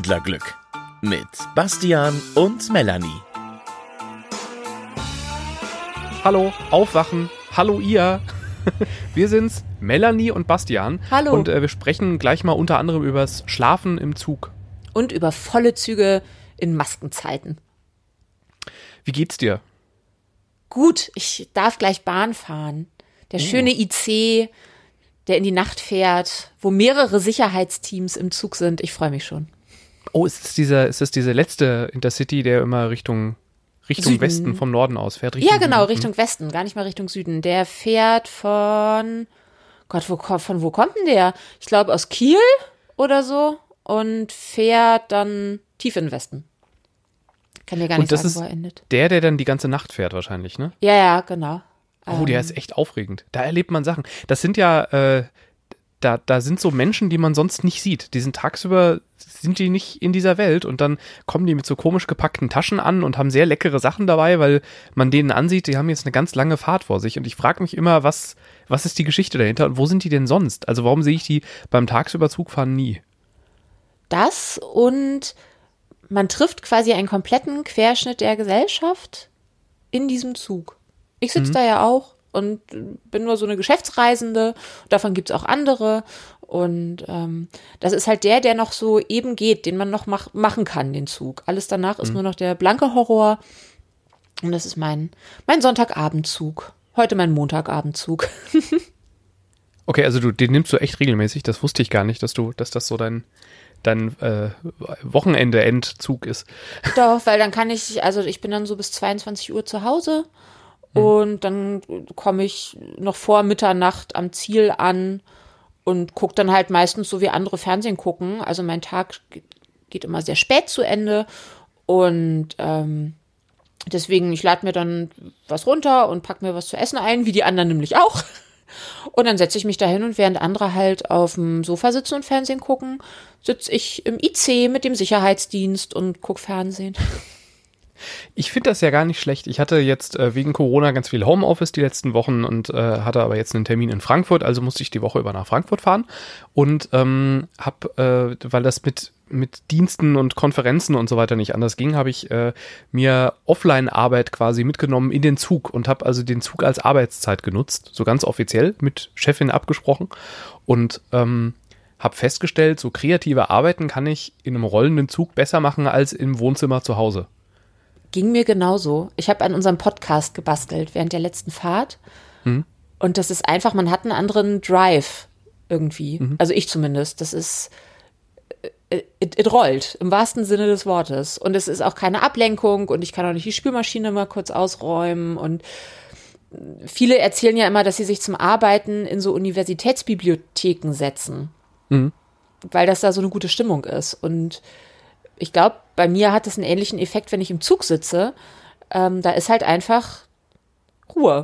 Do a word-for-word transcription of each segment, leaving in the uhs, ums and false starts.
Pendlerglück mit Bastian und Melanie. Hallo, aufwachen. Hallo ihr. Wir sind's, Melanie und Bastian. Hallo. Und äh, wir sprechen gleich mal unter anderem übers Schlafen im Zug. Und über volle Züge in Maskenzeiten. Wie geht's dir? Gut, ich darf gleich Bahn fahren. Der Oh. schöne I C, der in die Nacht fährt, wo mehrere Sicherheitsteams im Zug sind. Ich freue mich schon. Oh, ist es dieser, ist es dieser letzte Intercity, der immer Richtung, Richtung Süden. Westen vom Norden aus fährt? Richtung Ja, genau, Süden? Richtung Westen, gar nicht mal Richtung Süden. Der fährt von, Gott, wo, von wo kommt denn der? Ich glaube aus Kiel oder so und fährt dann tief in den Westen. Kann mir gar Und nicht das sagen, ist wo er endet. der, der dann die ganze Nacht fährt wahrscheinlich, ne? Ja, ja, genau. Oh, der ist echt aufregend. Da erlebt man Sachen. Das sind ja, äh, da, da sind so Menschen, die man sonst nicht sieht. Die sind tagsüber, sind die nicht in dieser Welt und dann kommen die mit so komisch gepackten Taschen an und haben sehr leckere Sachen dabei, weil man denen ansieht, die haben jetzt eine ganz lange Fahrt vor sich. Und ich frage mich immer, was, was ist die Geschichte dahinter und wo sind die denn sonst? Also warum sehe ich die beim tagsüber Zugfahren nie? Das und man trifft quasi einen kompletten Querschnitt der Gesellschaft in diesem Zug. Ich sitze Mhm. da ja auch und bin nur so eine Geschäftsreisende. Davon gibt's auch andere. Und ähm, das ist halt der, der noch so eben geht, den man noch mach, machen kann, den Zug. Alles danach ist nur noch der blanke Horror. Und das ist mein, mein Sonntagabendzug. Heute mein Montagabendzug. Okay, also du, den nimmst du echt regelmäßig. Das wusste ich gar nicht, dass du, dass das so dein, dein äh, Wochenende-Endzug ist. Doch, weil dann kann ich, also ich bin dann so bis zweiundzwanzig Uhr zu Hause und dann komme ich noch vor Mitternacht am Ziel an und gucke dann halt meistens so wie andere Fernsehen gucken. Also mein Tag geht immer sehr spät zu Ende und ähm, deswegen, ich lade mir dann was runter und pack mir was zu essen ein, wie die anderen nämlich auch. Und dann setze ich mich da hin und während andere halt auf dem Sofa sitzen und Fernsehen gucken, sitze ich im I C mit dem Sicherheitsdienst und gucke Fernsehen. Ich finde das ja gar nicht schlecht. Ich hatte jetzt äh, wegen Corona ganz viel Homeoffice die letzten Wochen und äh, hatte aber jetzt einen Termin in Frankfurt, also musste ich die Woche über nach Frankfurt fahren und ähm, habe, äh, weil das mit mit Diensten und Konferenzen und so weiter nicht anders ging, habe ich äh, mir Offline-Arbeit quasi mitgenommen in den Zug und habe also den Zug als Arbeitszeit genutzt, so ganz offiziell mit Chefin abgesprochen und ähm, habe festgestellt, so kreative Arbeiten kann ich in einem rollenden Zug besser machen als im Wohnzimmer zu Hause. Ging mir genauso. Ich habe an unserem Podcast gebastelt während der letzten Fahrt. Mhm. Und das ist einfach, man hat einen anderen Drive irgendwie. Mhm. Also ich zumindest. Das ist, it, it rollt im wahrsten Sinne des Wortes. Und es ist auch keine Ablenkung und ich kann auch nicht die Spülmaschine mal kurz ausräumen. Und viele erzählen ja immer, dass sie sich zum Arbeiten in so Universitätsbibliotheken setzen. Mhm. Weil das da so eine gute Stimmung ist. Und ich glaube, bei mir hat es einen ähnlichen Effekt, wenn ich im Zug sitze. Ähm, da ist halt einfach Ruhe.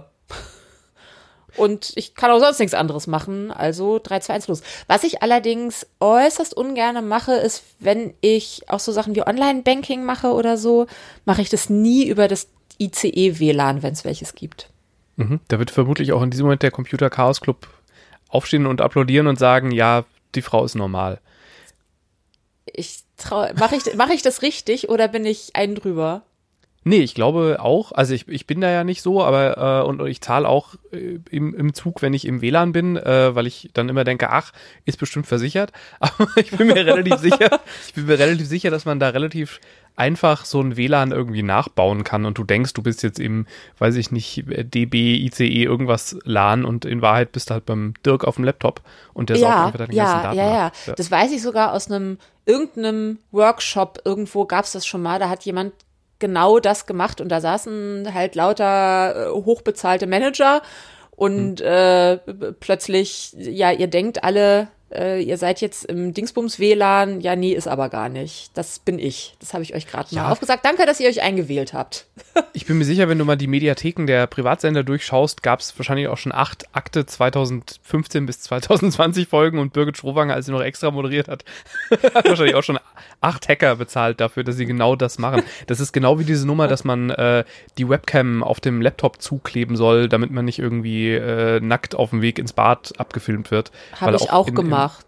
Und ich kann auch sonst nichts anderes machen. Also drei, zwei, eins los. Was ich allerdings äußerst ungerne mache, ist, wenn ich auch so Sachen wie Online-Banking mache oder so, mache ich das nie über das I C E-W L A N, wenn es welches gibt. Mhm. Da wird vermutlich auch in diesem Moment der Computer Chaos Club aufstehen und applaudieren und sagen, ja, die Frau ist normal. Ich trau, mache ich, mach ich das richtig oder bin ich einen drüber? Nee, ich glaube auch, also ich, ich bin da ja nicht so, aber äh, und ich zahle auch äh, im, im Zug, wenn ich im W L A N bin, äh, weil ich dann immer denke, ach, ist bestimmt versichert. Aber ich bin mir relativ sicher, ich bin mir relativ sicher, dass man da relativ einfach so ein W L A N irgendwie nachbauen kann und du denkst, du bist jetzt im, weiß ich nicht, D B, I C E, irgendwas L A N und in Wahrheit bist du halt beim Dirk auf dem Laptop und der saugt Ja, einfach deine ja, ganzen Daten ja, ja, ab. Ja. Das weiß ich sogar aus einem irgendeinem Workshop. Irgendwo gab es das schon mal. Da hat jemand genau das gemacht und da saßen halt lauter äh, hochbezahlte Manager und hm. äh, plötzlich, ja, ihr denkt alle, äh, ihr seid jetzt im Dingsbums-W L A N. Ja, nee, ist aber gar nicht. Das bin ich. Das habe ich euch gerade Ja. mal aufgesagt. Danke, dass ihr euch eingewählt habt. Ich bin mir sicher, wenn du mal die Mediatheken der Privatsender durchschaust, gab es wahrscheinlich auch schon acht Akte zweitausendfünfzehn bis zweitausendzwanzig Folgen und Birgit Schrowanger, als sie noch extra moderiert hat, hat wahrscheinlich auch schon acht Hacker bezahlt dafür, dass sie genau das machen. Das ist genau wie diese Nummer, dass man äh, die Webcam auf dem Laptop zukleben soll, damit man nicht irgendwie äh, nackt auf dem Weg ins Bad abgefilmt wird. Habe ich auch, auch in, gemacht.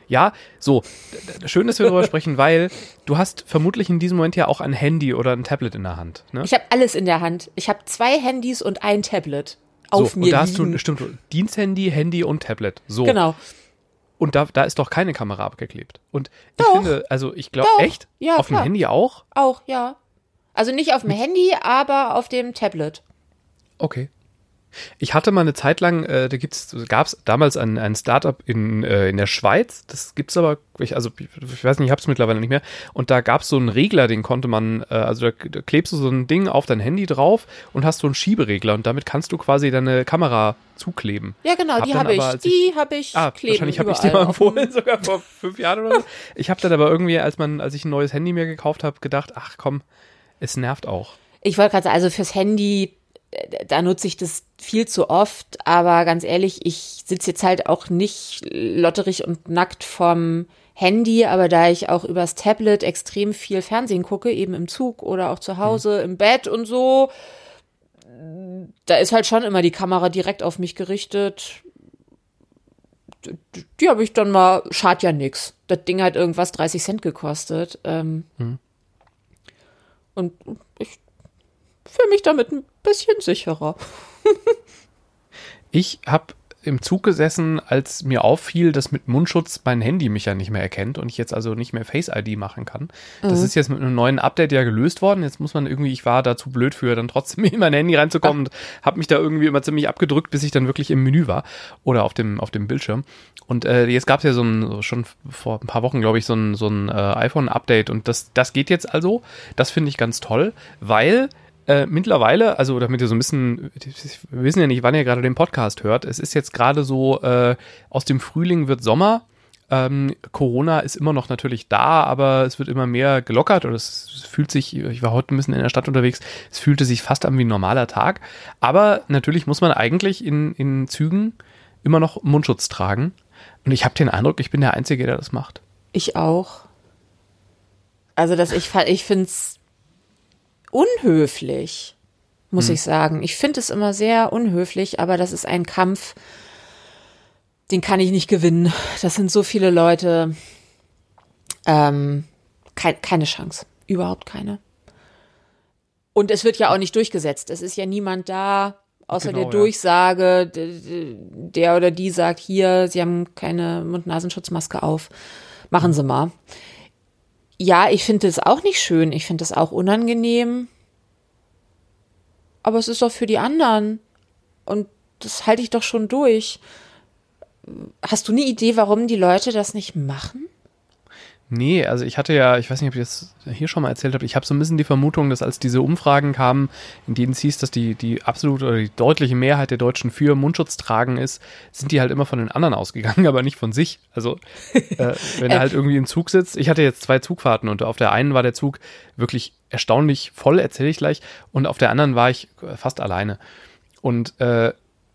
Ja, so, d- d- schön, dass wir darüber sprechen, weil du hast vermutlich in diesem Moment ja auch ein Handy oder ein Tablet in der Hand. Ne? Ich habe alles in der Hand. Ich habe zwei Handys und ein Tablet auf so, mir und da hast liegen. du, stimmt, Diensthandy, Handy und Tablet. So. Genau. Und da, da ist doch keine Kamera abgeklebt. Und ich Doch. finde, also ich glaube, Doch. echt? Ja, auf klar. dem Handy auch? Auch, ja. Also nicht auf dem Handy, aber auf dem Tablet. Okay. Ich hatte mal eine Zeit lang, äh, da gibt's, gab's damals ein, ein Startup in, äh, in der Schweiz, das gibt's aber, ich, also ich weiß nicht, ich hab's mittlerweile nicht mehr, und da gab's so einen Regler, den konnte man, äh, also da, da klebst du so ein Ding auf dein Handy drauf und hast so einen Schieberegler und damit kannst du quasi deine Kamera zukleben. Ja, genau, Hab die dann habe ich. aber, als Die habe ich Ah, kleben wahrscheinlich habe ich dir überall mal auf dem- empfohlen, sogar vor fünf Jahren oder so. Ich habe dann aber irgendwie, als man, als ich ein neues Handy mir gekauft habe, gedacht, ach komm, es nervt auch. Ich wollte gerade sagen, also fürs Handy, äh, da nutze ich das viel zu oft, aber ganz ehrlich, ich sitze jetzt halt auch nicht lotterig und nackt vorm Handy, aber da ich auch übers Tablet extrem viel Fernsehen gucke, eben im Zug oder auch zu Hause, im Bett und so, da ist halt schon immer die Kamera direkt auf mich gerichtet. Die, die habe ich dann mal, schadet ja nix. Das Ding hat irgendwas dreißig Cent gekostet. Ähm, Hm. Und ich fühle mich damit ein bisschen sicherer. Ich habe im Zug gesessen, als mir auffiel, dass mit Mundschutz mein Handy mich ja nicht mehr erkennt und ich jetzt also nicht mehr Face I D machen kann. Das Mhm. ist jetzt mit einem neuen Update ja gelöst worden. Jetzt muss man irgendwie, ich war da zu blöd für, dann trotzdem in mein Handy reinzukommen und habe mich da irgendwie immer ziemlich abgedrückt, bis ich dann wirklich im Menü war oder auf dem, auf dem Bildschirm. Und äh, jetzt gab es ja so ein, so schon vor ein paar Wochen, glaube ich, so ein, so ein äh, iPhone-Update und das, das geht jetzt also. Das finde ich ganz toll, weil Äh, mittlerweile, also damit ihr so ein bisschen, wir wissen ja nicht, wann ihr gerade den Podcast hört, es ist jetzt gerade so, äh, aus dem Frühling wird Sommer, ähm, Corona ist immer noch natürlich da, aber es wird immer mehr gelockert oder es, es fühlt sich, ich war heute ein bisschen in der Stadt unterwegs, es fühlte sich fast an wie ein normaler Tag, aber natürlich muss man eigentlich in, in Zügen immer noch Mundschutz tragen und ich habe den Eindruck, ich bin der Einzige, der das macht. Ich auch. Also, dass ich, fa- ich finde es unhöflich, muss Hm. ich sagen. Ich finde es immer sehr unhöflich, aber das ist ein Kampf, den kann ich nicht gewinnen. Das sind so viele Leute. Ähm, kein, keine Chance. Überhaupt keine. Und es wird ja auch nicht durchgesetzt. Es ist ja niemand da, außer Genau, der ja. Durchsage, d- d- der oder die sagt, hier, Sie haben keine Mund-Nasenschutzmaske auf. Machen Sie mal. Ja, ich finde es auch nicht schön. Ich finde es auch unangenehm. Aber es ist doch für die anderen. Und das halte ich doch schon durch. Hast du eine Idee, warum die Leute das nicht machen? Nee, also ich hatte ja, ich weiß nicht, ob ich das hier schon mal erzählt habe, ich habe so ein bisschen die Vermutung, dass als diese Umfragen kamen, in denen es hieß, dass die, die absolute oder die deutliche Mehrheit der Deutschen für Mundschutz tragen ist, sind die halt immer von den anderen ausgegangen, aber nicht von sich. Also äh, wenn er halt irgendwie im Zug sitzt, ich hatte jetzt zwei Zugfahrten und auf der einen war der Zug wirklich erstaunlich voll, erzähle ich gleich, und auf der anderen war ich fast alleine. Und äh,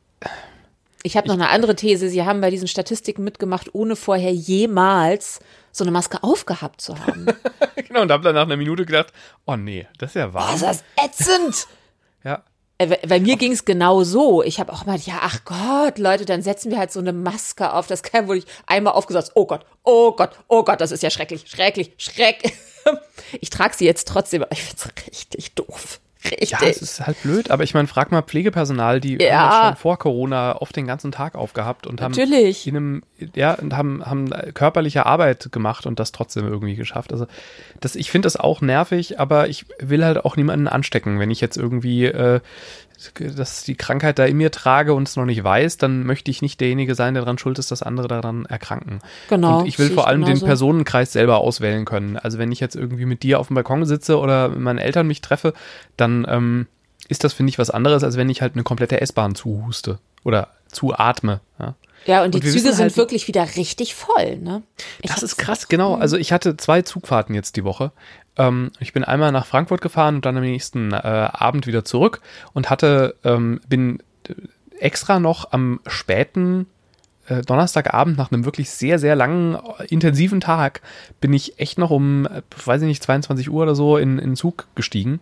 Ich habe noch eine andere These. Sie haben bei diesen Statistiken mitgemacht, ohne vorher jemals so eine Maske aufgehabt zu haben. genau, und habe dann nach einer Minute gedacht, oh nee, das ist ja Oh, wahr. ist das ätzend. Ja. Äh, bei- Bei mir ging es genau so. Ich habe auch mal, ja, ach Gott, Leute, dann setzen wir halt so eine Maske auf. Das kann wohl ich einmal aufgesagt, oh Gott, oh Gott, oh Gott, das ist ja schrecklich, schrecklich, schrecklich. Ich trage sie jetzt trotzdem, aber ich finde es richtig doof. Richtig. Ja, es ist halt blöd, aber ich meine, frag mal Pflegepersonal, die Ja. haben das schon vor Corona oft den ganzen Tag aufgehabt und haben Natürlich. in einem, ja, und haben, haben körperliche Arbeit gemacht und das trotzdem irgendwie geschafft. Also das, ich finde das auch nervig, aber ich will halt auch niemanden anstecken. Wenn ich jetzt irgendwie äh, dass die Krankheit da in mir trage und es noch nicht weiß, dann möchte ich nicht derjenige sein, der daran schuld ist, dass andere daran erkranken. Genau. Und ich will sehe vor allem den genauso. Personenkreis selber auswählen können. Also wenn ich jetzt irgendwie mit dir auf dem Balkon sitze oder mit meinen Eltern mich treffe, dann ähm, ist das, finde ich, was anderes, als wenn ich halt eine komplette S-Bahn zuhuste oder zuatme. Ja. Ja, und die Und wir Züge wissen sind halt- wirklich wieder richtig voll, ne? Ich Das hab's ist krass, auch- genau. Also ich hatte zwei Zugfahrten jetzt die Woche. Ähm, ich bin einmal nach Frankfurt gefahren und dann am nächsten äh, Abend wieder zurück und hatte, ähm, bin äh, extra noch am späten äh, Donnerstagabend nach einem wirklich sehr, sehr langen, äh, intensiven Tag, bin ich echt noch um, äh, weiß ich nicht, zweiundzwanzig Uhr oder so in, in den Zug gestiegen.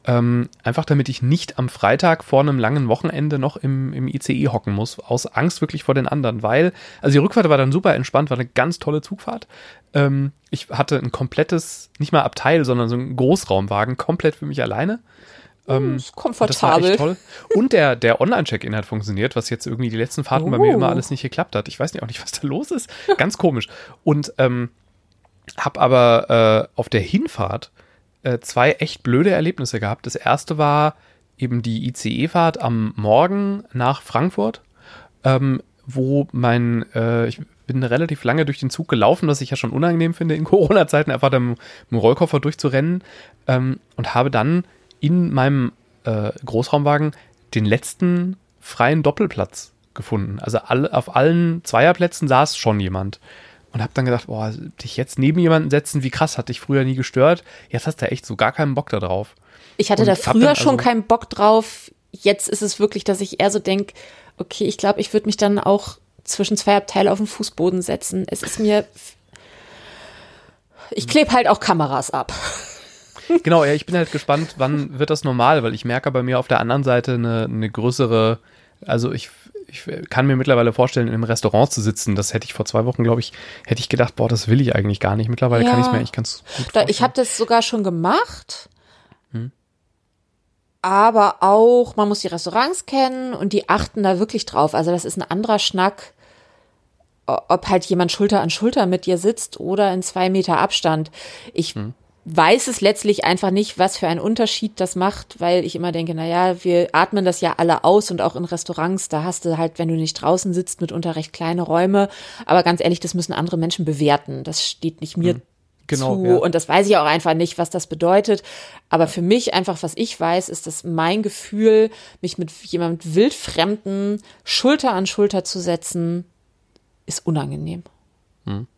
Ähm, einfach damit ich nicht am Freitag vor einem langen Wochenende noch im, im I C E hocken muss, aus Angst wirklich vor den anderen, weil, also die Rückfahrt war dann super entspannt, war eine ganz tolle Zugfahrt. Ähm, ich hatte ein komplettes, nicht mal Abteil, sondern so einen Großraumwagen, komplett für mich alleine. Ähm, ist komfortabel. Das war echt toll. Und der, der Online-Check-In hat funktioniert, was jetzt irgendwie die letzten Fahrten oh. bei mir immer alles nicht geklappt hat. Ich weiß nicht auch nicht, was da los ist. Ganz komisch. Und ähm, hab aber äh, auf der Hinfahrt äh, zwei echt blöde Erlebnisse gehabt. Das erste war eben die I C E-Fahrt am Morgen nach Frankfurt, ähm, wo mein, äh, ich bin relativ lange durch den Zug gelaufen, was ich ja schon unangenehm finde in Corona-Zeiten, einfach da mit dem Rollkoffer durchzurennen ähm, und habe dann in meinem äh, Großraumwagen den letzten freien Doppelplatz gefunden. Also alle, auf allen Zweierplätzen saß schon jemand. Und habe dann gedacht, boah, dich jetzt neben jemanden setzen, wie krass, hat dich früher nie gestört. Jetzt hast du echt so gar keinen Bock da drauf. Ich hatte und da früher also schon keinen Bock drauf. Jetzt ist es wirklich, dass ich eher so denke, okay, ich glaube, ich würde mich dann auch zwischen zwei Abteile auf den Fußboden setzen. Es ist mir, ich klebe halt auch Kameras ab. Genau, ja, ich bin halt gespannt, wann wird das normal, weil ich merke bei mir auf der anderen Seite eine, eine größere, also ich, ich kann mir mittlerweile vorstellen, in einem Restaurant zu sitzen. Das hätte ich vor zwei Wochen, glaube ich, hätte ich gedacht, boah, das will ich eigentlich gar nicht. Mittlerweile ja, kann ich es mir eigentlich ganz gut vorstellen. Ich habe das sogar schon gemacht, hm. aber auch, man muss die Restaurants kennen und die achten da wirklich drauf. Also das ist ein anderer Schnack, ob halt jemand Schulter an Schulter mit dir sitzt oder in zwei Meter Abstand. Ich hm. weiß es letztlich einfach nicht, was für einen Unterschied das macht, weil ich immer denke, naja, wir atmen das ja alle aus und auch in Restaurants, da hast du halt, wenn du nicht draußen sitzt, mitunter recht kleine Räume, aber ganz ehrlich, das müssen andere Menschen bewerten, das steht nicht mir hm. genau, zu ja. Und das weiß ich auch einfach nicht, was das bedeutet, aber für mich einfach, was ich weiß, ist, dass mein Gefühl, mich mit jemandem Wildfremden Schulter an Schulter zu setzen, ist unangenehm. Hm.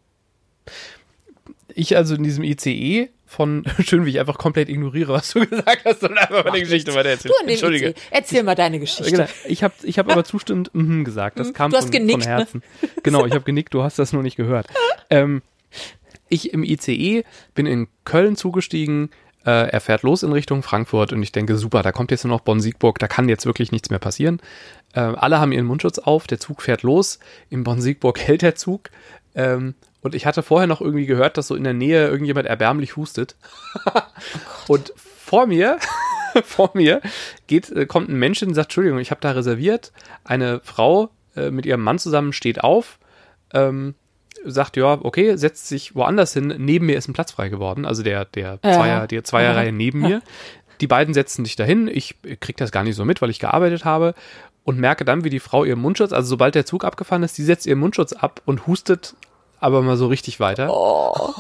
Ich also in diesem I C E von, schön, wie ich einfach komplett ignoriere, was du gesagt hast und einfach meine Geschichte weiter erzählen. Du Entschuldige. Erzähl mal deine Geschichte. Genau. Ich habe ich hab aber zustimmend mm, gesagt. Das kam du hast von, genickt, von Herzen. Ne? Genau, ich habe genickt, du hast das nur nicht gehört. Ähm, ich im I C E bin in Köln zugestiegen, äh, er fährt los in Richtung Frankfurt und ich denke, super, da kommt jetzt nur noch Bonn-Siegburg, da kann jetzt wirklich nichts mehr passieren. Äh, alle haben ihren Mundschutz auf, der Zug fährt los, in Bonn-Siegburg hält der Zug, ähm, und ich hatte vorher noch irgendwie gehört, dass so in der Nähe irgendjemand erbärmlich hustet. Oh und vor mir, vor mir geht, äh, kommt ein Mensch und sagt, Entschuldigung, ich habe da reserviert. Eine Frau äh, mit ihrem Mann zusammen steht auf, ähm, sagt, ja, okay, setzt sich woanders hin. Neben mir ist ein Platz frei geworden, also der, der ja. Zweier, die Zweierreihe ja. neben mir. Die beiden setzen sich dahin. Ich krieg das gar nicht so mit, weil ich gearbeitet habe. Und merke dann, wie die Frau ihren Mundschutz, also sobald der Zug abgefahren ist, die setzt ihren Mundschutz ab und hustet aber mal so richtig weiter. Oh.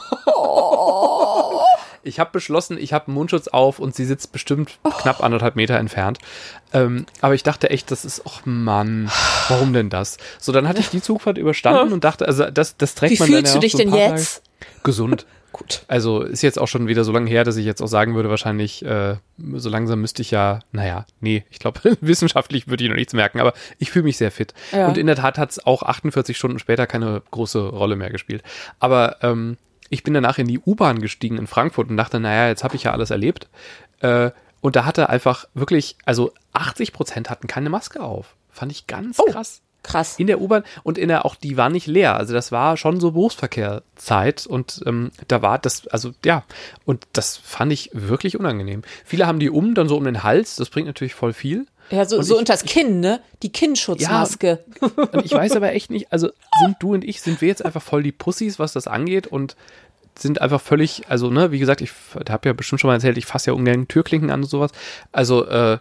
Oh. Ich habe beschlossen, ich habe einen Mundschutz auf und sie sitzt bestimmt oh. knapp anderthalb Meter entfernt. Ähm, aber ich dachte echt, das ist, ach Mann, warum denn das? So, dann hatte ich die Zugfahrt überstanden und dachte, also das, das trägt Wie man dann ja fühlst du dich so ein denn paar jetzt? Tage. Gesund. Gut. Also ist jetzt auch schon wieder so lange her, dass ich jetzt auch sagen würde, wahrscheinlich äh, so langsam müsste ich ja, naja, nee, ich glaube, wissenschaftlich würde ich noch nichts merken, aber ich fühle mich sehr fit. Ja. Und in der Tat hat es auch achtundvierzig Stunden später keine große Rolle mehr gespielt. Aber ähm, ich bin danach in die U-Bahn gestiegen in Frankfurt und dachte, naja, jetzt habe ich ja alles erlebt. Äh, und da hatte einfach wirklich, also achtzig Prozent hatten keine Maske auf. Fand ich ganz oh. krass. Krass. In der U-Bahn und in der auch, die war nicht leer. Also das war schon so Berufsverkehrzeit und ähm, da war das, also ja, und das fand ich wirklich unangenehm. Viele haben die um, dann so um den Hals, das bringt natürlich voll viel. Ja, so, so ich, unters Kinn, ne? Die Kinnschutzmaske. Ja, und ich weiß aber echt nicht, also sind du und ich, sind wir jetzt einfach voll die Pussys, was das angeht und sind einfach völlig, also ne, wie gesagt, ich habe ja bestimmt schon mal erzählt, ich fasse ja ungern Türklinken an und sowas. Also, äh,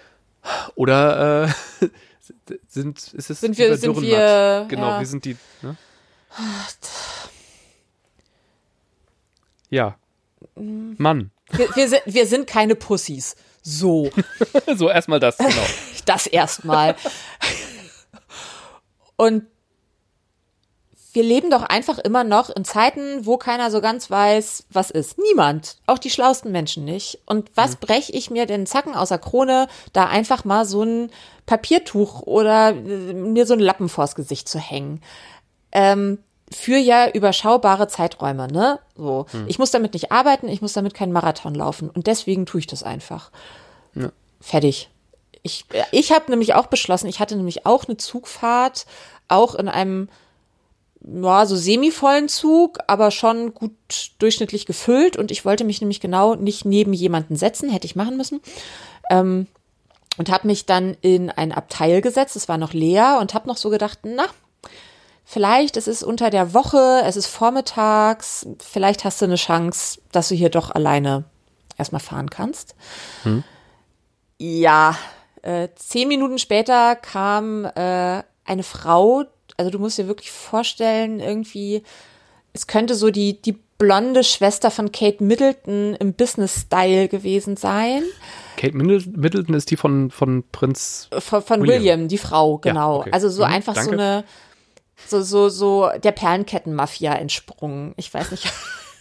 oder, äh, Sind, ist es sind wir, sind wir, genau, ja. wir sind die, ne? Ja. Mann. Wir, wir, sind, wir sind keine Pussys. So. So, erstmal das, genau. Das erstmal. Und wir leben doch einfach immer noch in Zeiten, wo keiner so ganz weiß, was ist. Niemand. Auch die schlauesten Menschen nicht. Und was hm. breche ich mir denn Zacken aus der Krone, da einfach mal so ein Papiertuch oder mir so ein Lappen vors Gesicht zu hängen? Ähm, für ja überschaubare Zeiträume, ne? So, hm. ich muss damit nicht arbeiten, ich muss damit keinen Marathon laufen und deswegen tue ich das einfach. Ja. Fertig. Ich, ich habe nämlich auch beschlossen, ich hatte nämlich auch eine Zugfahrt, auch in einem ja, so semi-vollen Zug, aber schon gut durchschnittlich gefüllt und ich wollte mich nämlich genau nicht neben jemanden setzen, hätte ich machen müssen. Ähm, und habe mich dann in ein Abteil gesetzt, es war noch leer und habe noch so gedacht, na, vielleicht, es ist unter der Woche, es ist vormittags, vielleicht hast du eine Chance, dass du hier doch alleine erstmal fahren kannst. Hm. Ja, äh, zehn Minuten später kam äh, eine Frau, also du musst dir wirklich vorstellen, irgendwie, es könnte so die, die blonde Schwester von Kate Middleton im Business-Style gewesen sein. Kate Middleton ist die von, von Prinz Von, von William. William, die Frau, genau. Ja, okay. Also so mhm, einfach danke. so eine, so, so, so der Perlenketten-Mafia entsprungen. Ich weiß nicht.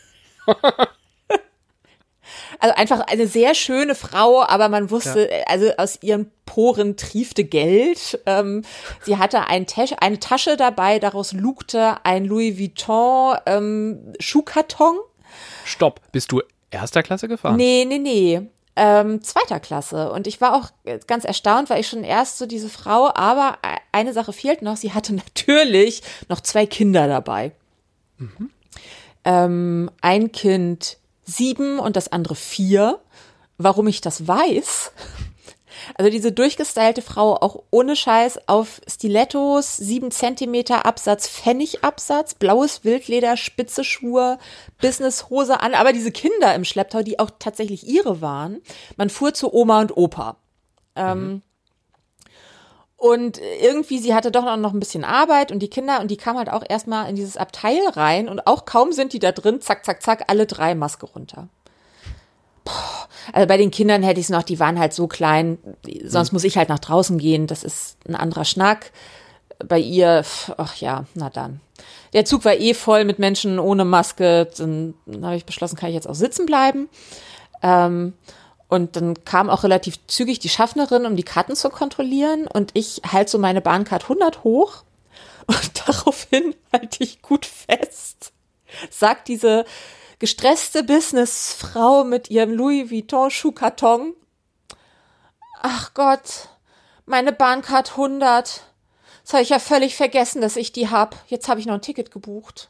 Also einfach eine sehr schöne Frau, aber man wusste, ja. also aus ihren Poren triefte Geld. Ähm, sie hatte ein Tasch, eine Tasche dabei, daraus lugte ein Louis Vuitton ähm, Schuhkarton. Stopp, bist du erster Klasse gefahren? Nee, nee, nee. Ähm, zweiter Klasse. Und ich war auch ganz erstaunt, weil ich schon erst so diese Frau, aber eine Sache fehlt noch, sie hatte natürlich noch zwei Kinder dabei. Mhm. Ähm, ein Kind sieben und das andere vier. Warum ich das weiß? Also diese durchgestylte Frau, auch ohne Scheiß, auf Stilettos, sieben Zentimeter Absatz, Pfennigabsatz, blaues Wildleder, spitze Schuhe, Businesshose an, aber diese Kinder im Schlepptau, die auch tatsächlich ihre waren. Man fuhr zu Oma und Opa. Mhm. Ähm, und irgendwie, sie hatte doch noch ein bisschen Arbeit und die Kinder, und die kamen halt auch erstmal in dieses Abteil rein und auch kaum sind die da drin, zack, zack, zack, alle drei Maske runter. Boah. Also bei den Kindern hätte ich es noch, die waren halt so klein, sonst muss ich halt nach draußen gehen, das ist ein anderer Schnack. Bei ihr, ach ja, na dann. Der Zug war eh voll mit Menschen ohne Maske, dann habe ich beschlossen, kann ich jetzt auch sitzen bleiben. Ähm, und dann kam auch relativ zügig die Schaffnerin, um die Karten zu kontrollieren und ich halte so meine Bahncard hundert hoch und daraufhin halte ich gut fest, sagt diese gestresste Businessfrau mit ihrem Louis Vuitton Schuhkarton. Ach Gott, meine Bahncard hundert. Das habe ich ja völlig vergessen, dass ich die hab. Jetzt habe ich noch ein Ticket gebucht.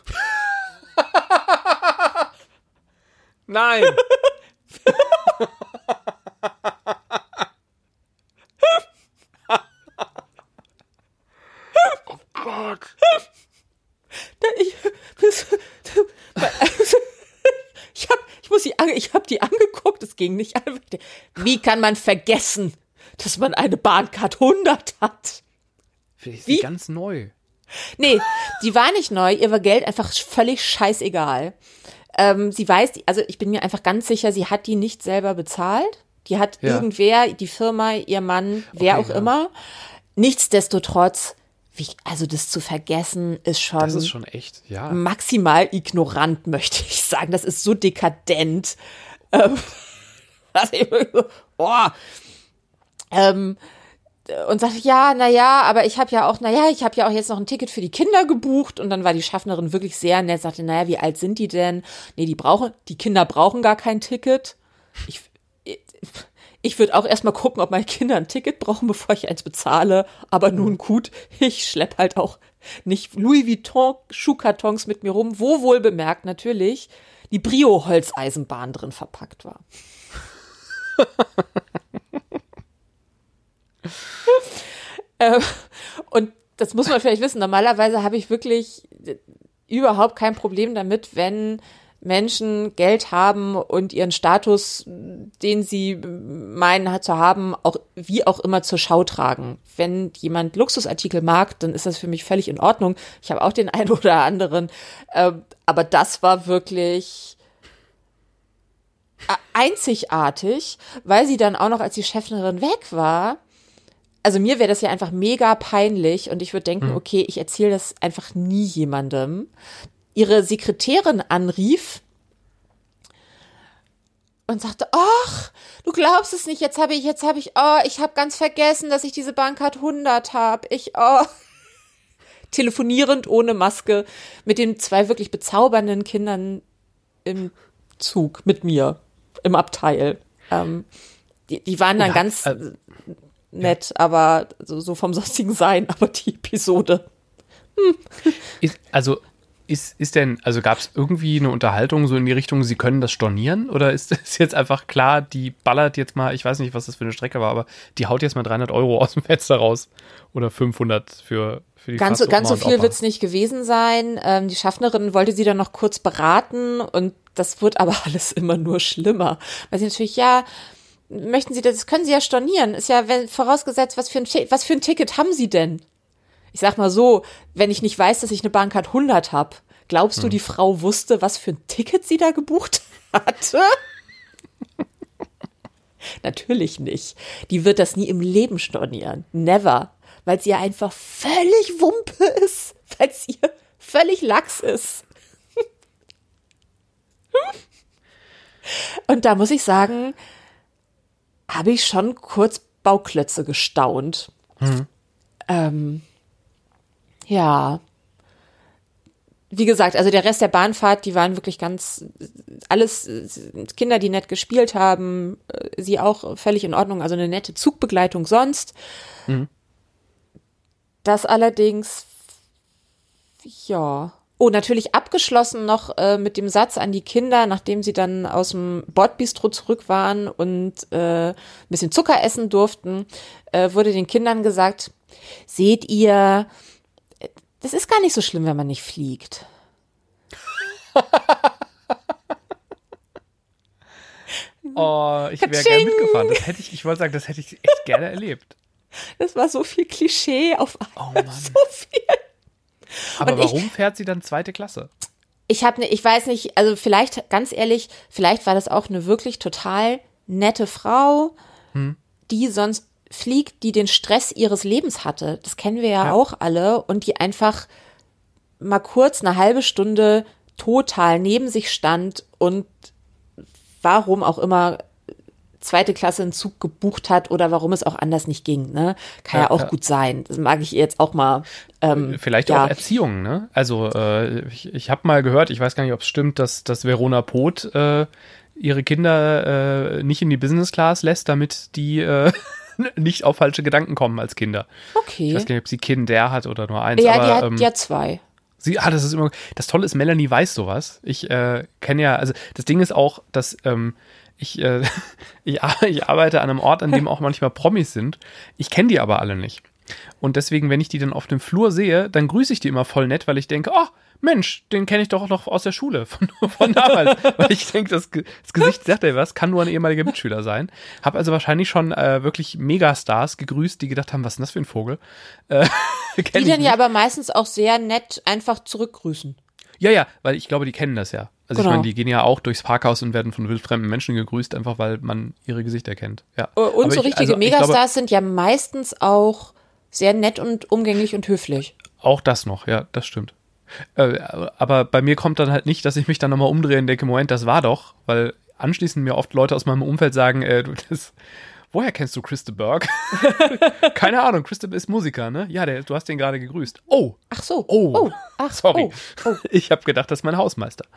Nein. Oh Gott. Da, ich, ich habe ich muss die, ich habe die angeguckt, es ging nicht. Wie kann man vergessen, dass man eine Bahncard hundert hat? Vielleicht ist die ganz neu. Nee, die war nicht neu, ihr war Geld einfach völlig scheißegal. Ähm, sie weiß, also ich bin mir einfach ganz sicher, sie hat die nicht selber bezahlt. Die hat ja. irgendwer, die Firma, ihr Mann, wer okay, auch ja. immer. Nichtsdestotrotz, wie, also das zu vergessen ist schon, das ist schon echt, ja. maximal ignorant, möchte ich sagen. Das ist so dekadent. Ähm, was ich so, boah. Ähm, und sagte, ja, na ja, aber ich habe ja auch, na ja, ich habe ja auch jetzt noch ein Ticket für die Kinder gebucht. Und dann war die Schaffnerin wirklich sehr nett, sagte, na ja, wie alt sind die denn? Nee, die brauchen, die Kinder brauchen gar kein Ticket. Ich, ich, ich würde auch erstmal gucken, ob meine Kinder ein Ticket brauchen, bevor ich eins bezahle. Aber nun gut, ich schlepp halt auch nicht Louis Vuitton Schuhkartons mit mir rum, wo wohl bemerkt natürlich die Brio-Holzeisenbahn drin verpackt war. äh, und das muss man vielleicht wissen, normalerweise habe ich wirklich überhaupt kein Problem damit, wenn Menschen Geld haben und ihren Status, den sie meinen zu haben, auch wie auch immer zur Schau tragen. Wenn jemand Luxusartikel mag, dann ist das für mich völlig in Ordnung. Ich habe auch den einen oder anderen. Äh, aber das war wirklich einzigartig, weil sie dann auch noch, als die Chefin weg war, also mir wäre das ja einfach mega peinlich und ich würde denken, mhm. okay, ich erzähle das einfach nie jemandem. Ihre Sekretärin anrief und sagte, ach, du glaubst es nicht, jetzt habe ich, jetzt habe ich, oh, ich habe ganz vergessen, dass ich diese Bahncard hundert habe. Ich, oh, telefonierend ohne Maske mit den zwei wirklich bezaubernden Kindern im Zug mit mir, im Abteil. Ähm, die, die waren dann ja, ganz äh, nett, ja. aber so, so vom sonstigen Sein, aber die Episode. Hm. Ist, also ist, ist denn, also gab es irgendwie eine Unterhaltung so in die Richtung, sie können das stornieren? Oder ist es jetzt einfach klar, die ballert jetzt mal, ich weiß nicht, was das für eine Strecke war, aber die haut jetzt mal dreihundert Euro aus dem Fenster raus oder fünfhundert für, für die Ganz so, ganz so viel wird es nicht gewesen sein. Ähm, die Schaffnerin wollte sie dann noch kurz beraten und das wird aber alles immer nur schlimmer. Weil sie natürlich, ja, möchten Sie das, das können Sie ja stornieren. Ist ja wenn, vorausgesetzt, was für, ein, was für ein Ticket haben Sie denn? Ich sag mal so, wenn ich nicht weiß, dass ich eine Bahncard hundert habe, glaubst du, hm. die Frau wusste, was für ein Ticket sie da gebucht hatte? Natürlich nicht. Die wird das nie im Leben stornieren. Never. Weil sie ja einfach völlig Wumpe ist. Weil es ihr völlig Lachs ist. Und da muss ich sagen, habe ich schon kurz Bauklötze gestaunt. Hm. Ähm, ja. Wie gesagt, also der Rest der Bahnfahrt, die waren wirklich ganz, alles Kinder, die nett gespielt haben, sie auch völlig in Ordnung, also eine nette Zugbegleitung sonst. Mhm. Das allerdings, ja. Oh, natürlich abgeschlossen noch äh, mit dem Satz an die Kinder, nachdem sie dann aus dem Bordbistro zurück waren und äh, ein bisschen Zucker essen durften, äh, wurde den Kindern gesagt, seht ihr, das ist gar nicht so schlimm, wenn man nicht fliegt. Oh, ich wäre gerne mitgefahren. Das hätte ich, ich wollte sagen, das hätte ich echt gerne erlebt. Das war so viel Klischee auf einmal. Oh Mann. So viel. Aber und warum ich, fährt sie dann zweite Klasse? Ich habe ne, ich weiß nicht, also vielleicht, ganz ehrlich, vielleicht war das auch eine wirklich total nette Frau, hm. die sonst fliegt, die den Stress ihres Lebens hatte. Das kennen wir ja, ja auch alle. Und die einfach mal kurz eine halbe Stunde total neben sich stand und warum auch immer zweite Klasse einen Zug gebucht hat oder warum es auch anders nicht ging, ne? Kann ja, ja auch ja. gut sein. Das mag ich jetzt auch mal. Ähm, Vielleicht ja. auch Erziehung, ne? Also äh, ich, ich habe mal gehört, ich weiß gar nicht, ob es stimmt, dass, dass Verona Poth äh, ihre Kinder äh, nicht in die Business Class lässt, damit die äh, nicht auf falsche Gedanken kommen als Kinder. Okay. Ich weiß gar nicht, ob sie Kinder hat oder nur eins. Ja, aber, die hat ähm, ja zwei. Sie, ah, das ist immer, das Tolle ist, Melanie weiß sowas. Ich äh, kenne ja, also das Ding ist auch, dass ähm, ich, äh, ich, ich arbeite an einem Ort, an dem auch manchmal Promis sind. Ich kenne die aber alle nicht. Und deswegen, wenn ich die dann auf dem Flur sehe, dann grüße ich die immer voll nett, weil ich denke, oh, Mensch, den kenne ich doch noch aus der Schule, von, von damals. Weil ich denke, das, das Gesicht sagt ja was, kann nur ein ehemaliger Mitschüler sein. Habe also wahrscheinlich schon äh, wirklich Megastars gegrüßt, die gedacht haben, was ist denn das für ein Vogel? Äh, die dann ja aber meistens auch sehr nett einfach zurückgrüßen. Ja, ja, weil ich glaube, die kennen das ja. Also genau. Ich meine, die gehen ja auch durchs Parkhaus und werden von wildfremden Menschen gegrüßt, einfach weil man ihre Gesichter kennt. Ja. Und aber so ich, richtige also, Megastars glaube, sind ja meistens auch sehr nett und umgänglich und höflich. Auch das noch, ja, das stimmt. Äh, aber bei mir kommt dann halt nicht, dass ich mich dann nochmal umdrehe und denke, Moment, das war doch, weil anschließend mir oft Leute aus meinem Umfeld sagen, äh, du, das, woher kennst du Chris de Burgh? Keine Ahnung, Chris de ist Musiker, ne? Ja, der, du hast den gerade gegrüßt. Oh. Ach so. Oh. oh. Ach, sorry. Oh. Oh. Ich habe gedacht, das ist mein Hausmeister.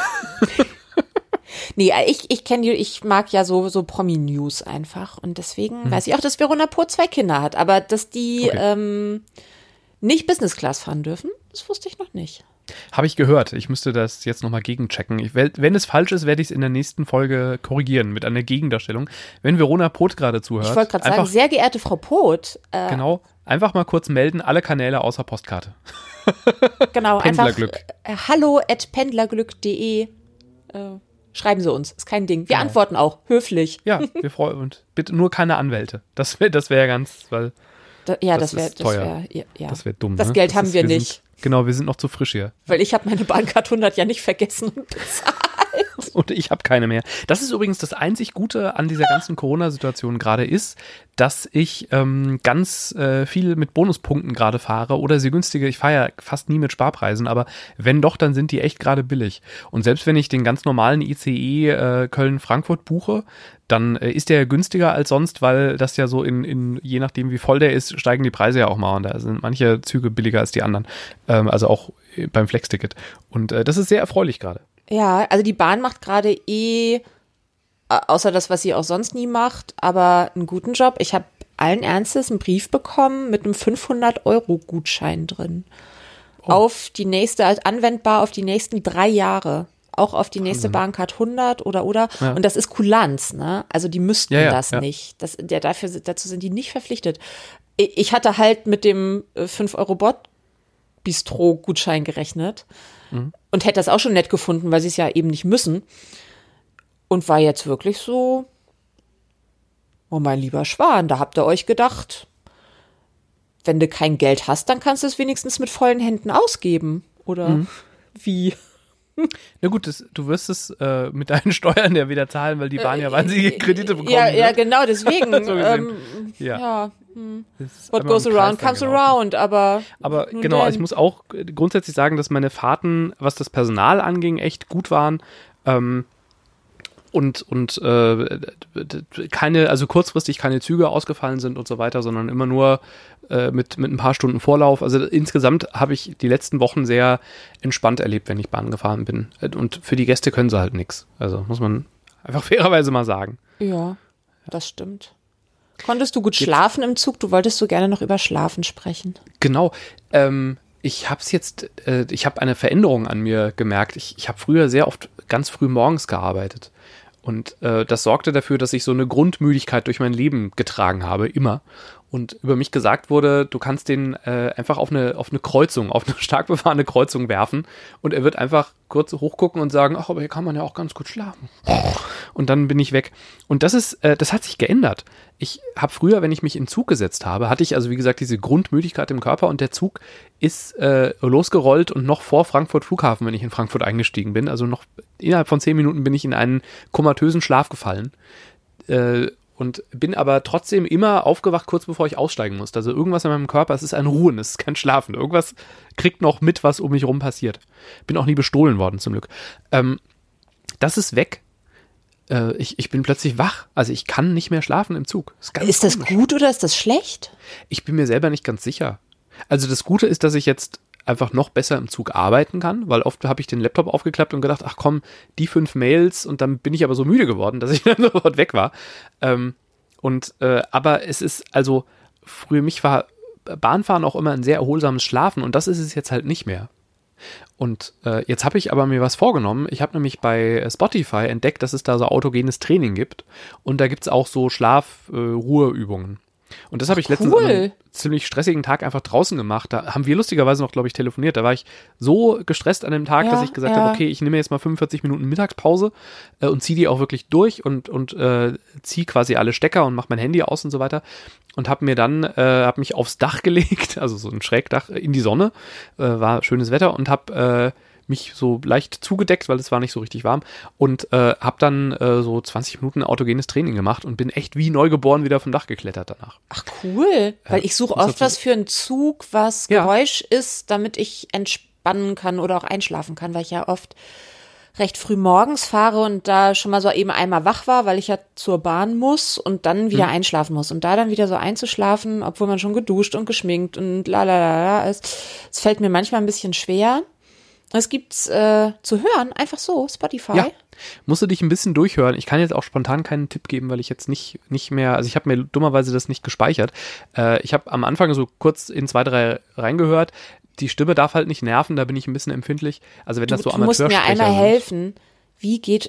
Nee, ich, ich kenne die, ich mag ja so, so Promi-News einfach und deswegen hm. weiß ich auch, dass Verona Poth zwei Kinder hat, aber dass die okay. ähm, nicht Business Class fahren dürfen, das wusste ich noch nicht. Habe ich gehört. Ich müsste das jetzt nochmal gegenchecken. Ich, wenn es falsch ist, werde ich es in der nächsten Folge korrigieren mit einer Gegendarstellung. Wenn Verona Poth gerade zuhört. Ich wollte gerade sagen, sehr geehrte Frau Poth. Äh, genau, einfach mal kurz melden, alle Kanäle außer Postkarte. Genau, Pendlerglück. einfach äh, hallo at pendlerglück punkt de äh, schreiben Sie uns, ist kein Ding. Wir genau. antworten auch, höflich. Ja, wir freuen uns. Bitte nur keine Anwälte. Das wäre das wär ja ganz, weil da, ja, das, das wäre das wär, ja, ja. Das wäre dumm. Das ne? Geld das haben ist, wir wir nicht. Sind, genau, wir sind noch zu frisch hier. Weil ich habe meine Bahncard hundert ja nicht vergessen und bezahlt. Und ich habe keine mehr. Das ist übrigens das einzig Gute an dieser ganzen Corona-Situation gerade ist, dass ich ähm, ganz äh, viel mit Bonuspunkten gerade fahre oder sie günstige. Ich fahre ja fast nie mit Sparpreisen, aber wenn doch, dann sind die echt gerade billig. Und selbst wenn ich den ganz normalen I C E äh, Köln-Frankfurt buche, dann äh, ist der günstiger als sonst, weil das ja so in, in, je nachdem wie voll der ist, steigen die Preise ja auch mal. Und da sind manche Züge billiger als die anderen. Ähm, also auch beim Flex-Ticket. Und äh, das ist sehr erfreulich gerade. Ja, also die Bahn macht gerade eh, außer das, was sie auch sonst nie macht, aber einen guten Job. Ich habe allen Ernstes einen Brief bekommen mit einem fünfhundert Euro Gutschein drin. Oh. Auf die nächste, also anwendbar auf die nächsten drei Jahre. Auch auf die nächste Bahncard hundert oder, oder. Ja. Und das ist Kulanz, ne? Also die müssten ja, ja, das ja. nicht. Das, der, dafür, dazu sind die nicht verpflichtet. Ich hatte halt mit dem fünf Euro Bord-Bistro-Gutschein gerechnet. Und hätte das auch schon nett gefunden, weil sie es ja eben nicht müssen. Und war jetzt wirklich so, oh mein lieber Schwan, da habt ihr euch gedacht, wenn du kein Geld hast, dann kannst du es wenigstens mit vollen Händen ausgeben. Oder mhm. wie? Na gut, das, du wirst es äh, mit deinen Steuern ja wieder zahlen, weil die Bahn ja wahnsinnige Kredite bekommen. Ja, ja, wird. genau, deswegen. so ähm, ja. ja hm. What goes around comes around, aber Aber genau, also ich muss auch grundsätzlich sagen, dass meine Fahrten, was das Personal anging, echt gut waren. Ähm, und und äh, keine, also kurzfristig keine Züge ausgefallen sind und so weiter, sondern immer nur äh, mit, mit ein paar Stunden Vorlauf. Also insgesamt habe ich die letzten Wochen sehr entspannt erlebt, wenn ich Bahn gefahren bin. Und für die Gäste können sie halt nichts. Also muss man einfach fairerweise mal sagen. Ja, das stimmt. Konntest du gut jetzt schlafen im Zug? Du wolltest so gerne noch über Schlafen sprechen. Genau. Ähm, ich habe es jetzt, äh, ich habe eine Veränderung an mir gemerkt. Ich, ich habe früher sehr oft ganz früh morgens gearbeitet. Und äh, das sorgte dafür, dass ich so eine Grundmüdigkeit durch mein Leben getragen habe, immer. Und über mich gesagt wurde, du kannst den äh, einfach auf eine, auf eine Kreuzung, auf eine stark befahrene Kreuzung werfen und er wird einfach kurz hochgucken und sagen, ach, aber hier kann man ja auch ganz gut schlafen. Und dann bin ich weg. Und das ist, äh, das hat sich geändert. Ich habe früher, wenn ich mich in den Zug gesetzt habe, hatte ich also wie gesagt diese Grundmüdigkeit im Körper und der Zug ist äh, losgerollt und noch vor Frankfurt Flughafen, wenn ich in Frankfurt eingestiegen bin, also noch innerhalb von zehn Minuten bin ich in einen komatösen Schlaf gefallen. Äh, Und bin aber trotzdem immer aufgewacht, kurz bevor ich aussteigen musste. Also irgendwas in meinem Körper, es ist ein Ruhen, es ist kein Schlafen. Irgendwas kriegt noch mit, was um mich rum passiert. Bin auch nie bestohlen worden, zum Glück. Ähm, das ist weg. Äh, ich, ich bin plötzlich wach. Also ich kann nicht mehr schlafen im Zug. Ist, ist das gut oder ist das schlecht? Ich bin mir selber nicht ganz sicher. Also das Gute ist, dass ich jetzt einfach noch besser im Zug arbeiten kann, weil oft habe ich den Laptop aufgeklappt und gedacht, ach komm, die fünf Mails und dann bin ich aber so müde geworden, dass ich dann sofort weg war. Ähm, und äh, aber es ist also, früher mich war Bahnfahren auch immer ein sehr erholsames Schlafen und das ist es jetzt halt nicht mehr. Und äh, jetzt habe ich aber mir was vorgenommen. Ich habe nämlich bei Spotify entdeckt, dass es da so autogenes Training gibt und da gibt es auch so Schlaf-Ruheübungen. Und das habe ich letztens cool. an einem ziemlich stressigen Tag einfach draußen gemacht. Da haben wir lustigerweise noch, glaube ich, telefoniert. Da war ich so gestresst an dem Tag, ja, dass ich gesagt ja. habe, okay, ich nehme jetzt mal fünfundvierzig Minuten Mittagspause äh, und ziehe die auch wirklich durch und, und äh, ziehe quasi alle Stecker und mache mein Handy aus und so weiter. Und habe mir dann, äh, habe mich aufs Dach gelegt, also so ein Schrägdach in die Sonne, äh, war schönes Wetter und habe äh, mich so leicht zugedeckt, weil es war nicht so richtig warm und äh, habe dann äh, so zwanzig Minuten autogenes Training gemacht und bin echt wie neugeboren wieder vom Dach geklettert danach. Ach cool, weil ja, ich suche oft was für einen Zug, was ja. Geräusch ist, damit ich entspannen kann oder auch einschlafen kann, weil ich ja oft recht früh morgens fahre und da schon mal so eben einmal wach war, weil ich ja zur Bahn muss und dann wieder hm. einschlafen muss. Und da dann wieder so einzuschlafen, obwohl man schon geduscht und geschminkt und la la la la ist, es fällt mir manchmal ein bisschen schwer. Es gibt's äh, zu hören, einfach so, Spotify. Ja, musst du dich ein bisschen durchhören. Ich kann jetzt auch spontan keinen Tipp geben, weil ich jetzt nicht, nicht mehr, also ich habe mir dummerweise das nicht gespeichert. Äh, ich habe am Anfang so kurz in zwei, drei reingehört. Die Stimme darf halt nicht nerven, da bin ich ein bisschen empfindlich. Also wenn du, das so du musst mir Amateursprecher einmal sind. helfen, wie geht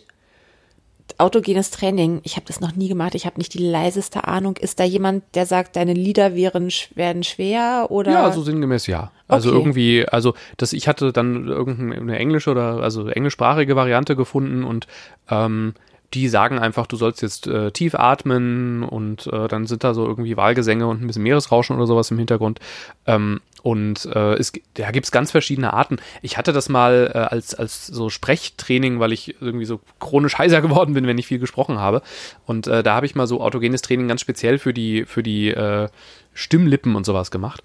autogenes Training? Ich habe das noch nie gemacht, ich habe nicht die leiseste Ahnung. Ist da jemand, der sagt, deine Lieder wären, werden schwer oder? Ja, so sinngemäß ja. Also okay. irgendwie, also das, ich hatte dann irgendeine englische oder also englischsprachige Variante gefunden und ähm, die sagen einfach, du sollst jetzt äh, tief atmen und äh, dann sind da so irgendwie Walgesänge und ein bisschen Meeresrauschen oder sowas im Hintergrund. Ähm, und äh, es, da gibt es ganz verschiedene Arten. Ich hatte das mal äh, als, als so Sprechtraining, weil ich irgendwie so chronisch heiser geworden bin, wenn ich viel gesprochen habe. Und äh, da habe ich mal so autogenes Training ganz speziell für die, für die äh, Stimmlippen und sowas gemacht.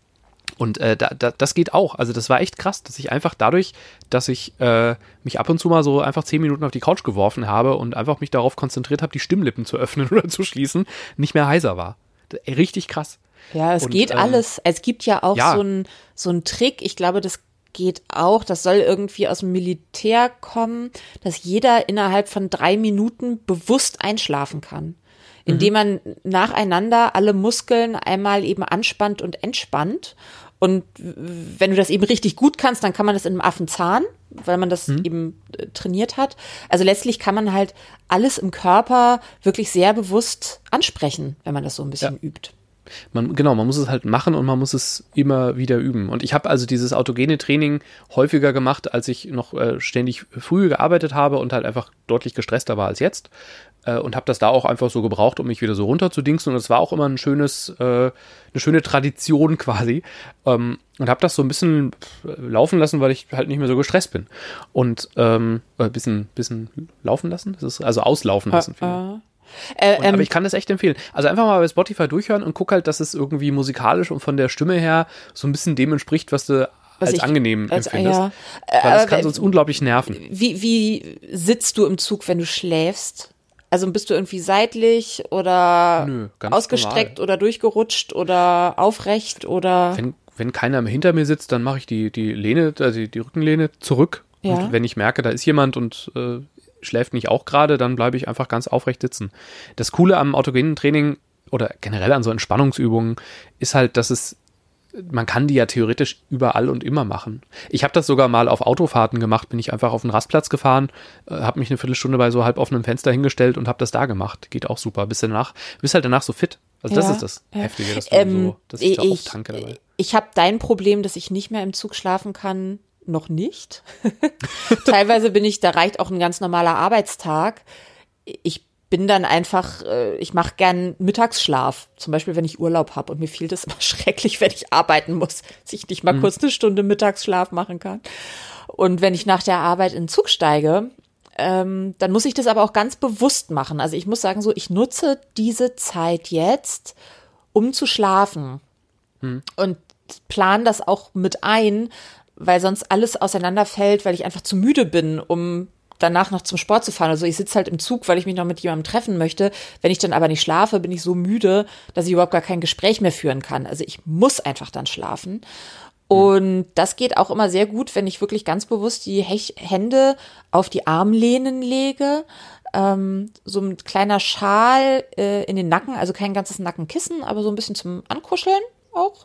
Und äh, da, da, das geht auch. Also das war echt krass, dass ich einfach dadurch, dass ich äh, mich ab und zu mal so einfach zehn Minuten auf die Couch geworfen habe und einfach mich darauf konzentriert habe, die Stimmlippen zu öffnen oder zu schließen, nicht mehr heiser war. Richtig krass. Ja, es und, geht ähm, alles. Es gibt ja auch ja. so einen so einen Trick, ich glaube, das geht auch, das soll irgendwie aus dem Militär kommen, dass jeder innerhalb von drei Minuten bewusst einschlafen kann. Indem man nacheinander alle Muskeln einmal eben anspannt und entspannt. Und wenn du das eben richtig gut kannst, dann kann man das in einem Affenzahn, weil man das mhm. eben äh, trainiert hat. Also letztlich kann man halt alles im Körper wirklich sehr bewusst ansprechen, wenn man das so ein bisschen ja. übt. Man, genau, man muss es halt machen und man muss es immer wieder üben. Und ich habe also dieses autogene Training häufiger gemacht, als ich noch äh, ständig früh gearbeitet habe und halt einfach deutlich gestresster war als jetzt. Äh, und habe das da auch einfach so gebraucht, um mich wieder so runterzudingsen. Und es war auch immer ein schönes, äh, eine schöne Tradition quasi. Ähm, und habe das so ein bisschen laufen lassen, weil ich halt nicht mehr so gestresst bin. Und ähm, ein bisschen, bisschen laufen lassen, das ist also auslaufen lassen. Uh, uh. Äh, und, ähm, aber ich kann das echt empfehlen. Also einfach mal bei Spotify durchhören und guck halt, dass es irgendwie musikalisch und von der Stimme her so ein bisschen dem entspricht, was du was als ich, angenehm als, empfindest. Ja. Weil das äh, kann sonst unglaublich nerven. Wie, wie sitzt du im Zug, wenn du schläfst? Also bist du irgendwie seitlich oder Nö, ausgestreckt normal. Oder durchgerutscht oder aufrecht oder? Wenn, wenn keiner hinter mir sitzt, dann mache ich die, die Lehne, also die, die Rückenlehne zurück. Ja. Und wenn ich merke, da ist jemand und äh, schläft nicht auch gerade, dann bleibe ich einfach ganz aufrecht sitzen. Das Coole am autogenen Training oder generell an so Entspannungsübungen ist halt, dass es, man kann die ja theoretisch überall und immer machen. Ich habe das sogar mal auf Autofahrten gemacht, bin ich einfach auf den Rastplatz gefahren, äh, habe mich eine Viertelstunde bei so halb offenem Fenster hingestellt und habe das da gemacht. Geht auch super. Bist danach, bist halt danach so fit. Also das ja, ist das ja. Heftige, dass, du ähm, so, dass ich da auftanke dabei. Ich habe dein Problem, dass ich nicht mehr im Zug schlafen kann, noch nicht. Teilweise bin ich, da reicht auch ein ganz normaler Arbeitstag. Ich bin dann einfach, ich mache gern Mittagsschlaf. Zum Beispiel, wenn ich Urlaub habe und mir fehlt es immer schrecklich, wenn ich arbeiten muss, dass ich nicht mal mhm. kurz eine Stunde Mittagsschlaf machen kann. Und wenn ich nach der Arbeit in den Zug steige, ähm, dann muss ich das aber auch ganz bewusst machen. Also ich muss sagen, so ich nutze diese Zeit jetzt, um zu schlafen mhm. und plan das auch mit ein, weil sonst alles auseinanderfällt, weil ich einfach zu müde bin, um danach noch zum Sport zu fahren. Also ich sitze halt im Zug, weil ich mich noch mit jemandem treffen möchte. Wenn ich dann aber nicht schlafe, bin ich so müde, dass ich überhaupt gar kein Gespräch mehr führen kann. Also ich muss einfach dann schlafen. Und das geht auch immer sehr gut, wenn ich wirklich ganz bewusst die Hech- Hände auf die Armlehnen lege. Ähm, so ein kleiner Schal äh, in den Nacken, also kein ganzes Nackenkissen, aber so ein bisschen zum Ankuscheln auch.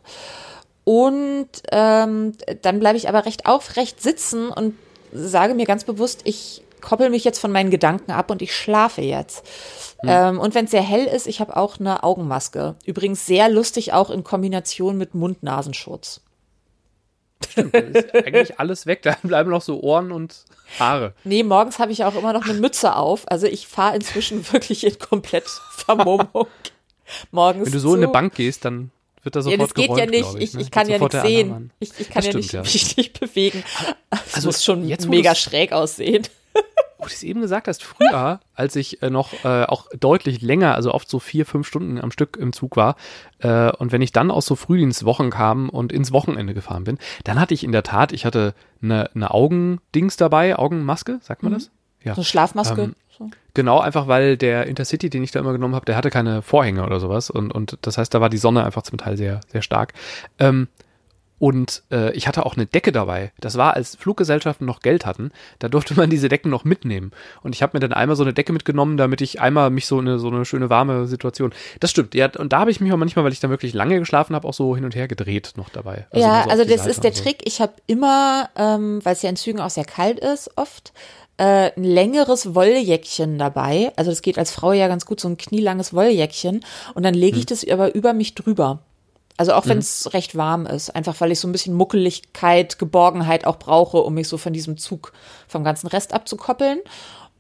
Und ähm, dann bleibe ich aber recht aufrecht sitzen und sage mir ganz bewusst, ich koppel mich jetzt von meinen Gedanken ab und ich schlafe jetzt. Hm. Ähm, und wenn es sehr hell ist, ich habe auch eine Augenmaske. Übrigens sehr lustig, auch in Kombination mit Mund-Nasenschutz. Stimmt, da ist eigentlich alles weg, da bleiben noch so Ohren und Haare. Nee, morgens habe ich auch immer noch eine Mütze auf. Also ich fahre inzwischen wirklich in komplett Vermummung. Morgens Wenn du so in eine Bank gehst, dann wird da sofort ja, das geht geräumt, ja nicht. Ich, ich, ne? ich kann ja nichts sehen. Ich, ich kann das ja stimmt, nicht, ja. mich nicht bewegen. Das also muss schon jetzt, mega schräg aussehen. Wo du es eben gesagt hast, früher, als ich äh, noch äh, auch deutlich länger, also oft so vier, fünf Stunden am Stück im Zug war äh, und wenn ich dann aus so Frühdienstwochen kam und ins Wochenende gefahren bin, dann hatte ich in der Tat, ich hatte eine, eine Augendings dabei, Augenmaske, sagt man mhm. das? Ja. So eine Schlafmaske. Ähm, so. Genau, einfach weil der Intercity, den ich da immer genommen habe, der hatte keine Vorhänge oder sowas und, und das heißt, da war die Sonne einfach zum Teil sehr, sehr stark. Ähm, Und äh, ich hatte auch eine Decke dabei. Das war, als Fluggesellschaften noch Geld hatten, da durfte man diese Decken noch mitnehmen. Und ich habe mir dann einmal so eine Decke mitgenommen, damit ich einmal mich so eine so eine schöne warme Situation. Das stimmt, ja. Und da habe ich mich auch manchmal, weil ich dann wirklich lange geschlafen habe, auch so hin und her gedreht noch dabei. Also ja, so also das Seite ist der so. Trick. Ich habe immer, ähm, weil es ja in Zügen auch sehr kalt ist, oft äh, ein längeres Wolljäckchen dabei. Also das geht als Frau ja ganz gut, so ein knielanges Wolljäckchen. Und dann lege ich hm. das aber über mich drüber. Also auch wenn es mhm. recht warm ist, einfach weil ich so ein bisschen Muckeligkeit, Geborgenheit auch brauche, um mich so von diesem Zug vom ganzen Rest abzukoppeln.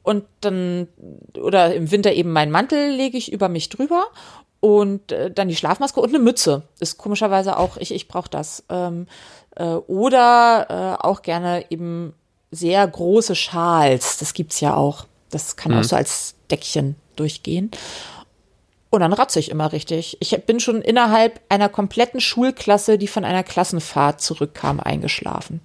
und dann, oder im Winter eben meinen Mantel lege ich über mich drüber und äh, dann die Schlafmaske und eine Mütze. Ist komischerweise auch, ich, ich brauche das. Ähm, äh, oder äh, auch gerne eben sehr große Schals. Das gibt's ja auch. Das kann mhm. auch so als Deckchen durchgehen. Und dann ratze ich immer richtig. Ich bin schon innerhalb einer kompletten Schulklasse, die von einer Klassenfahrt zurückkam, eingeschlafen.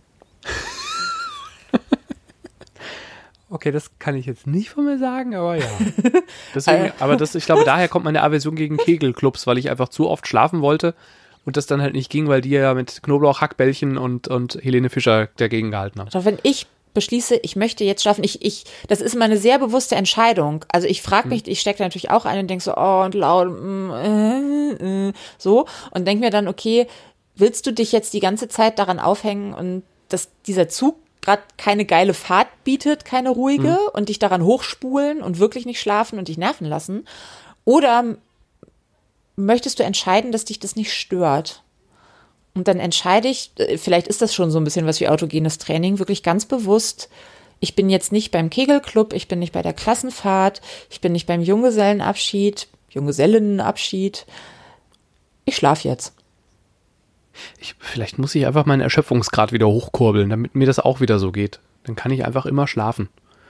Okay, das kann ich jetzt nicht von mir sagen, aber ja. Deswegen, aber das, ich glaube, daher kommt meine Aversion gegen Kegelclubs, weil ich einfach zu oft schlafen wollte und das dann halt nicht ging, weil die ja mit Knoblauch, Hackbällchen und, und Helene Fischer dagegen gehalten haben. Doch wenn ich beschließe, ich möchte jetzt schlafen, ich, ich, das ist immer eine sehr bewusste Entscheidung. Also ich frage mich, hm. ich stecke da natürlich auch ein und denke so, oh, und laut, mm, äh, äh, so, und denke mir dann, okay, willst du dich jetzt die ganze Zeit daran aufhängen und dass dieser Zug gerade keine geile Fahrt bietet, keine ruhige, mhm. und dich daran hochspulen und wirklich nicht schlafen und dich nerven lassen? Oder möchtest du entscheiden, dass dich das nicht stört? Und dann entscheide ich, vielleicht ist das schon so ein bisschen was wie autogenes Training, wirklich ganz bewusst, ich bin jetzt nicht beim Kegelclub, ich bin nicht bei der Klassenfahrt, ich bin nicht beim Junggesellenabschied, Junggesellinnenabschied, ich schlafe jetzt. Ich, vielleicht muss ich einfach meinen Erschöpfungsgrad wieder hochkurbeln, damit mir das auch wieder so geht. Dann kann ich einfach immer schlafen.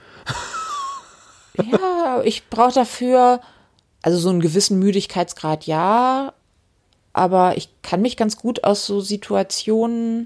Ja, ich brauche dafür, also so einen gewissen Müdigkeitsgrad, ja, aber ich kann mich ganz gut aus so Situationen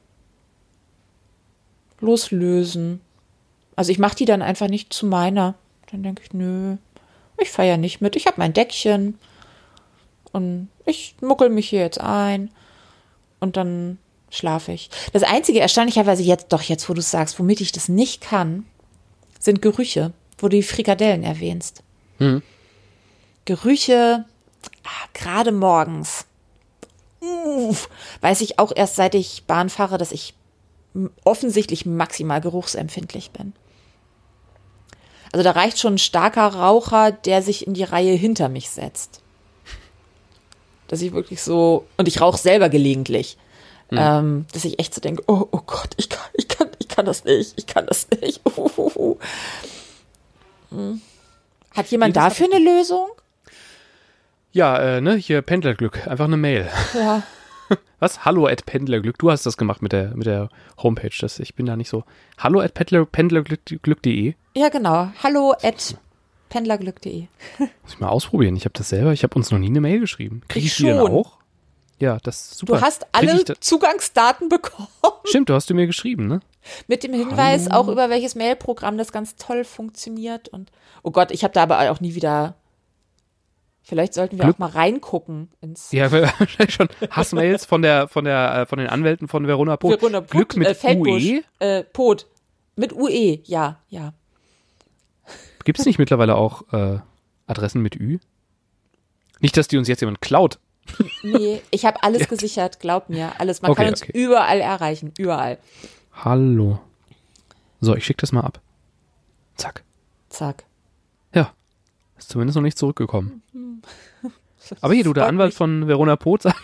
loslösen. Also ich mache die dann einfach nicht zu meiner. Dann denke ich, nö, ich feiere nicht mit. Ich habe mein Deckchen und ich muckel mich hier jetzt ein. Und dann schlafe ich. Das Einzige, erstaunlicherweise jetzt, doch jetzt, wo du es sagst, womit ich das nicht kann, sind Gerüche, wo du die Frikadellen erwähnst. Hm. Gerüche, ah, gerade morgens, uff, weiß ich auch erst, seit ich Bahn fahre, dass ich offensichtlich maximal geruchsempfindlich bin. Also da reicht schon ein starker Raucher, der sich in die Reihe hinter mich setzt. Dass ich wirklich so, und ich rauche selber gelegentlich, mhm. ähm, dass ich echt so denke, oh, oh Gott, ich kann, ich kann, ich kann das nicht, ich kann das nicht. Uhuhu. Hm. Hat jemand nee, dafür eine Lösung? Ja, äh, ne, hier Pendlerglück, einfach eine Mail. Ja. Was? Hallo at Pendlerglück. Du hast das gemacht mit der, mit der Homepage. Das, ich bin da nicht so. Hallo at Pendler, pendlerglück punkt de. Ja, genau. Hallo at pendlerglück punkt de. Muss ich mal ausprobieren. Ich habe das selber, ich habe uns noch nie eine Mail geschrieben. Krieg ich, ich die denn auch? Ja, das ist super. Du hast alle Zugangsdaten bekommen. Stimmt, du hast du mir geschrieben, ne? Mit dem Hinweis Hallo. Auch, über welches Mailprogramm das ganz toll funktioniert. Und oh Gott, ich habe da aber auch nie wieder. Vielleicht sollten wir Glück. auch mal reingucken ins. Ja, wahrscheinlich schon Hassmails von der, von der, von den Anwälten von Verona Pot. Verona Pot, Glück mit äh, U E? Äh, Pot. Mit U E, ja, ja. Gibt es nicht mittlerweile auch äh, Adressen mit Ü? Nicht, dass die uns jetzt jemand klaut. Nee, ich habe alles ja. gesichert, glaub mir. Alles. Man okay, kann uns okay. überall erreichen, überall. Hallo. So, ich schicke das mal ab. Zack. Zack. Ja. Ist zumindest noch nicht zurückgekommen. Aber hier, du, der Anwalt mich. von Verona Pot sagt.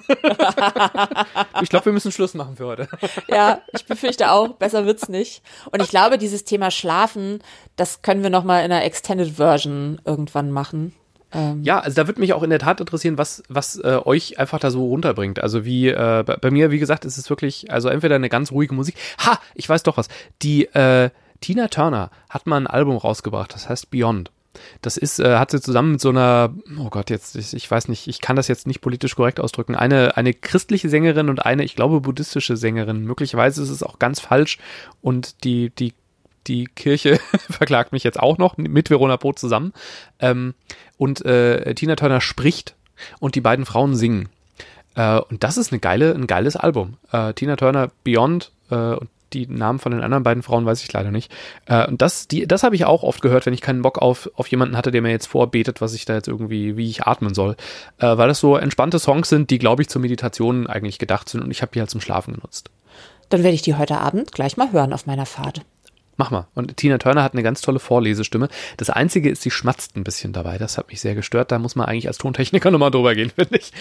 Ich glaube, wir müssen Schluss machen für heute. Ja, ich befürchte auch, besser wird's nicht. Und ich glaube, dieses Thema Schlafen, das können wir nochmal in einer Extended Version irgendwann machen. Ähm ja, also da würde mich auch in der Tat interessieren, was, was äh, euch einfach da so runterbringt. Also wie, äh, bei, bei mir, wie gesagt, ist es wirklich, also entweder eine ganz ruhige Musik. Ha, ich weiß doch was. Die äh, Tina Turner hat mal ein Album rausgebracht, das heißt Beyond. Das ist, äh, hat sie zusammen mit so einer, oh Gott, jetzt, ich, ich weiß nicht, ich kann das jetzt nicht politisch korrekt ausdrücken, eine, eine christliche Sängerin und eine, ich glaube, buddhistische Sängerin. Möglicherweise ist es auch ganz falsch und die, die, die Kirche verklagt mich jetzt auch noch mit Verona Pot zusammen. Ähm, und äh, Tina Turner spricht und die beiden Frauen singen. Äh, und das ist eine geile, ein geiles Album. Äh, Tina Turner Beyond äh, und die Namen von den anderen beiden Frauen weiß ich leider nicht. Äh, und das, die, das habe ich auch oft gehört, wenn ich keinen Bock auf, auf jemanden hatte, der mir jetzt vorbetet, was ich da jetzt irgendwie, wie ich atmen soll. Äh, weil das so entspannte Songs sind, die, glaube ich, zur Meditation eigentlich gedacht sind und ich habe die halt zum Schlafen genutzt. Dann werde ich die heute Abend gleich mal hören auf meiner Fahrt. Mach mal. Und Tina Turner hat eine ganz tolle Vorlesestimme. Das Einzige ist, sie schmatzt ein bisschen dabei. Das hat mich sehr gestört. Da muss man eigentlich als Tontechniker nochmal drüber gehen, finde ich.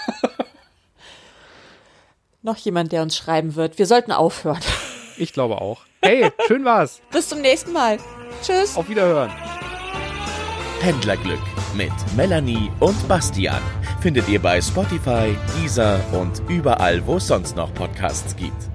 Noch jemand, der uns schreiben wird. Wir sollten aufhören. Ich glaube auch. Hey, schön war's. Bis zum nächsten Mal. Tschüss. Auf Wiederhören. Pendlerglück mit Melanie und Bastian findet ihr bei Spotify, Deezer und überall, wo es sonst noch Podcasts gibt.